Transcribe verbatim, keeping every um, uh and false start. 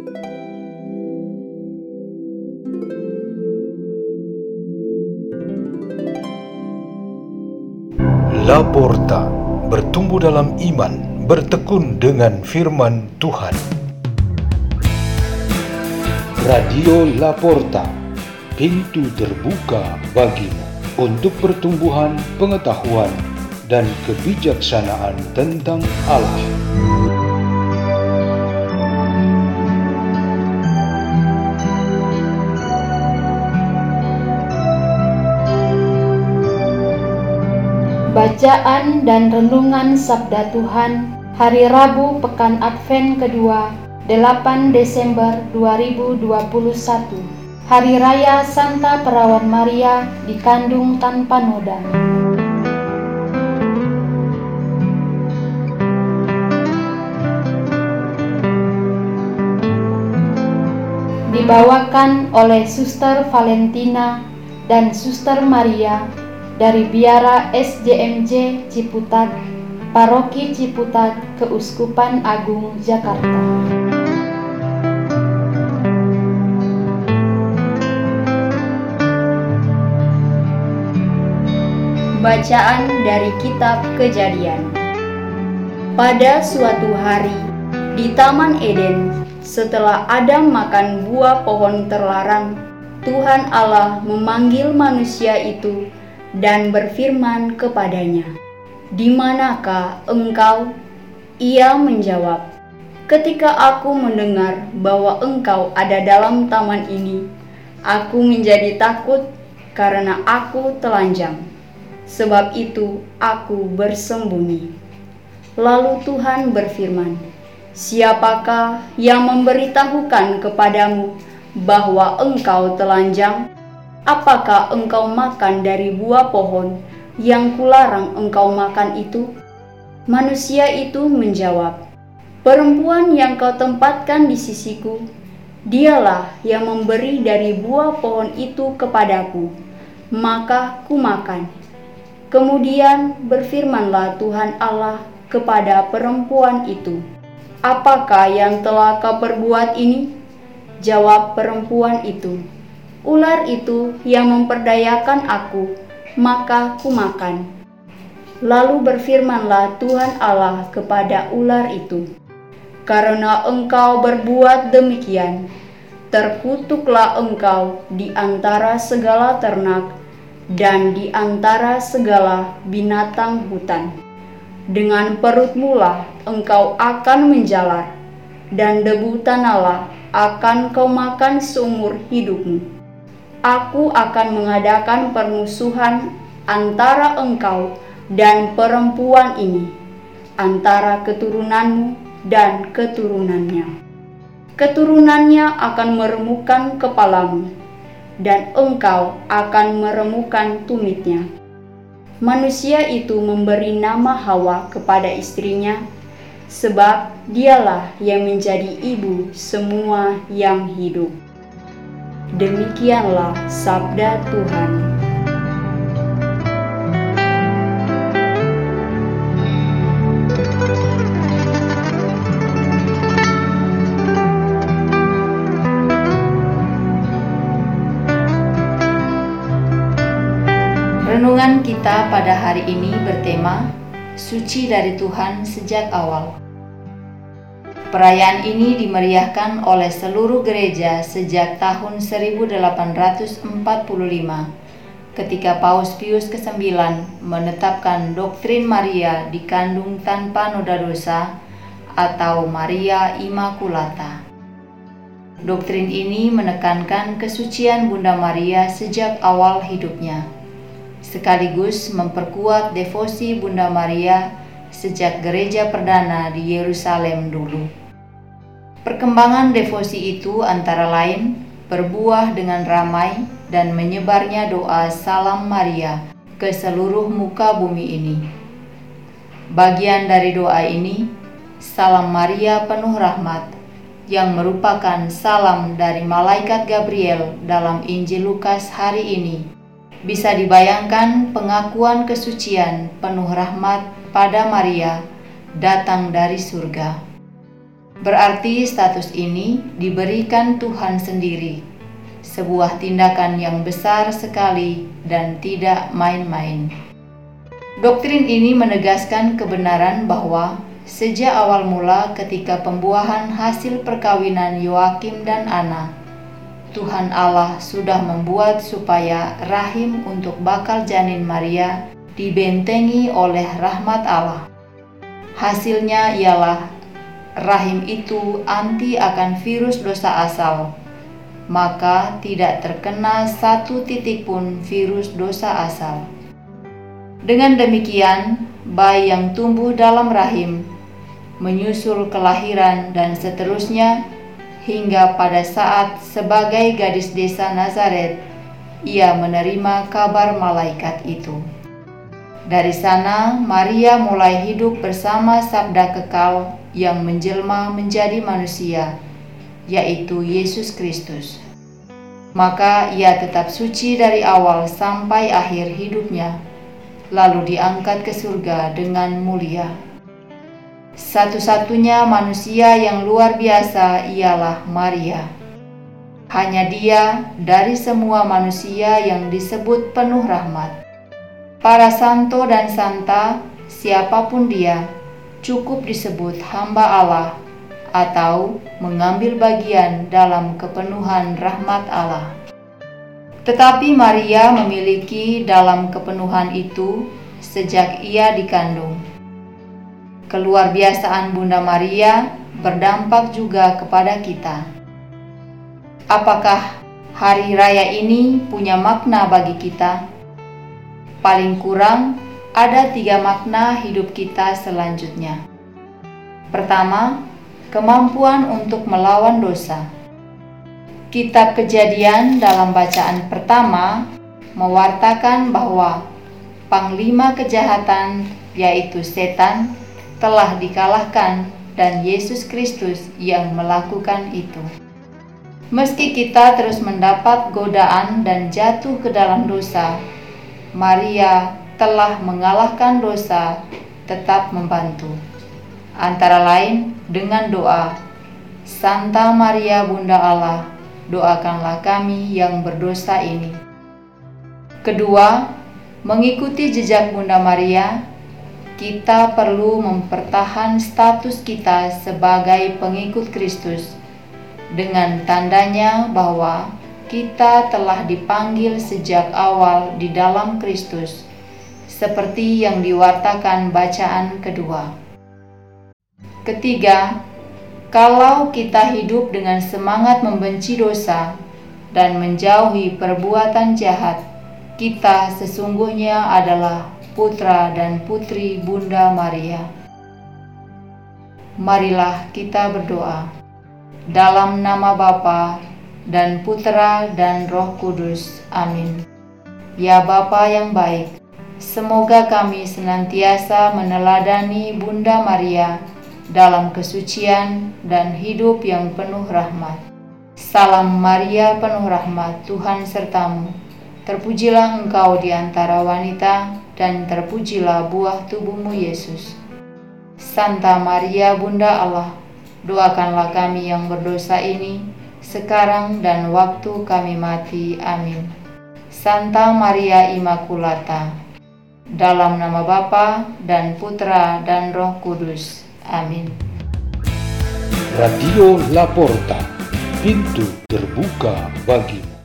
Laporta, bertumbuh dalam iman, bertekun dengan firman Tuhan. Radio Laporta, pintu terbuka bagimu untuk pertumbuhan pengetahuan dan kebijaksanaan tentang Allah. Bacaan dan renungan Sabda Tuhan Hari Rabu Pekan Advent kedua, delapan Desember dua ribu dua puluh satu. Hari Raya Santa Perawan Maria dikandung tanpa noda. Dibawakan oleh Suster Valentina dan Suster Maria dari Biara S J M J Ciputat, Paroki Ciputat, Keuskupan Agung Jakarta. Bacaan dari Kitab Kejadian. Pada suatu hari di Taman Eden, setelah Adam makan buah pohon terlarang, Tuhan Allah memanggil manusia itu dan berfirman kepadanya, "Di manakah engkau?" Ia menjawab, "Ketika aku mendengar bahwa engkau ada dalam taman ini, aku menjadi takut karena aku telanjang. Sebab itu aku bersembunyi." Lalu Tuhan berfirman, "Siapakah yang memberitahukan kepadamu bahwa engkau telanjang? Apakah engkau makan dari buah pohon yang kularang engkau makan itu?" Manusia itu menjawab, "Perempuan yang kau tempatkan di sisiku, dialah yang memberi dari buah pohon itu kepadaku, maka kumakan." Kemudian berfirmanlah Tuhan Allah kepada perempuan itu, "Apakah yang telah kau perbuat ini?" Jawab perempuan itu, "Ular itu yang memperdayakan aku, maka kumakan." Lalu berfirmanlah Tuhan Allah kepada ular itu, "Karena engkau berbuat demikian, terkutuklah engkau di antara segala ternak dan di antara segala binatang hutan. Dengan perutmulah engkau akan menjalar, dan debu tanahlah akan kau makan seumur hidupmu. Aku akan mengadakan permusuhan antara engkau dan perempuan ini, antara keturunanmu dan keturunannya. Keturunannya akan meremukkan kepalamu, dan engkau akan meremukkan tumitnya." Manusia itu memberi nama Hawa kepada istrinya, sebab dialah yang menjadi ibu semua yang hidup. Demikianlah sabda Tuhan. Renungan kita pada hari ini bertema Suci dari Tuhan sejak awal. Perayaan ini dimeriahkan oleh seluruh gereja sejak tahun seribu delapan ratus empat puluh lima, ketika Paus Pius kesembilan menetapkan doktrin Maria dikandung tanpa noda dosa atau Maria Immaculata. Doktrin ini menekankan kesucian Bunda Maria sejak awal hidupnya, sekaligus memperkuat devosi Bunda Maria sejak gereja perdana di Yerusalem dulu. Perkembangan devosi itu antara lain berbuah dengan ramai dan menyebarnya doa Salam Maria ke seluruh muka bumi ini. Bagian dari doa ini, Salam Maria penuh rahmat, yang merupakan salam dari malaikat Gabriel dalam Injil Lukas hari ini, bisa dibayangkan pengakuan kesucian penuh rahmat pada Maria datang dari surga. Berarti status ini diberikan Tuhan sendiri, sebuah tindakan yang besar sekali dan tidak main-main. Doktrin ini menegaskan kebenaran bahwa sejak awal mula ketika pembuahan hasil perkawinan Yoakim dan Ana, Tuhan Allah sudah membuat supaya rahim untuk bakal janin Maria dibentengi oleh rahmat Allah. Hasilnya ialah rahim itu anti akan virus dosa asal, maka tidak terkena satu titik pun virus dosa asal. Dengan demikian, bayi yang tumbuh dalam rahim, menyusul kelahiran dan seterusnya, hingga pada saat sebagai gadis desa Nazaret, ia menerima kabar malaikat itu. Dari sana, Maria mulai hidup bersama Sabda kekal yang menjelma menjadi manusia, yaitu Yesus Kristus. Maka ia tetap suci dari awal sampai akhir hidupnya, lalu diangkat ke surga dengan mulia. Satu-satunya manusia yang luar biasa ialah Maria. Hanya dia dari semua manusia yang disebut penuh rahmat. Para santo dan santa, siapapun dia, cukup disebut hamba Allah atau mengambil bagian dalam kepenuhan rahmat Allah. Tetapi Maria memiliki dalam kepenuhan itu sejak ia dikandung. Keluarbiasaan Bunda Maria berdampak juga kepada kita. Apakah hari raya ini punya makna bagi kita? Paling kurang ada tiga makna hidup kita selanjutnya. Pertama, kemampuan untuk melawan dosa. Kitab Kejadian dalam bacaan pertama mewartakan bahwa panglima kejahatan, yaitu setan, telah dikalahkan dan Yesus Kristus yang melakukan itu. Meski kita terus mendapat godaan dan jatuh ke dalam dosa, Maria telah mengalahkan dosa, tetap membantu. Antara lain dengan doa, Santa Maria Bunda Allah, doakanlah kami yang berdosa ini. Kedua, mengikuti jejak Bunda Maria, kita perlu mempertahan status kita sebagai pengikut Kristus, dengan tandanya bahwa kita telah dipanggil sejak awal di dalam Kristus, seperti yang diwartakan bacaan kedua. Ketiga, kalau kita hidup dengan semangat membenci dosa dan menjauhi perbuatan jahat, kita sesungguhnya adalah putra dan putri Bunda Maria. Marilah kita berdoa. Dalam nama Bapa dan Putra dan Roh Kudus. Amin. Ya Bapa yang baik, semoga kami senantiasa meneladani Bunda Maria dalam kesucian dan hidup yang penuh rahmat. Salam Maria penuh rahmat, Tuhan sertamu. Terpujilah engkau di antara wanita, dan terpujilah buah tubuhmu Yesus. Santa Maria Bunda Allah, doakanlah kami yang berdosa ini, sekarang dan waktu kami mati. Amin. Santa Maria Immaculata, dalam nama Bapa dan Putra dan Roh Kudus. Amin. Radio La Porta, pintu terbuka bagimu.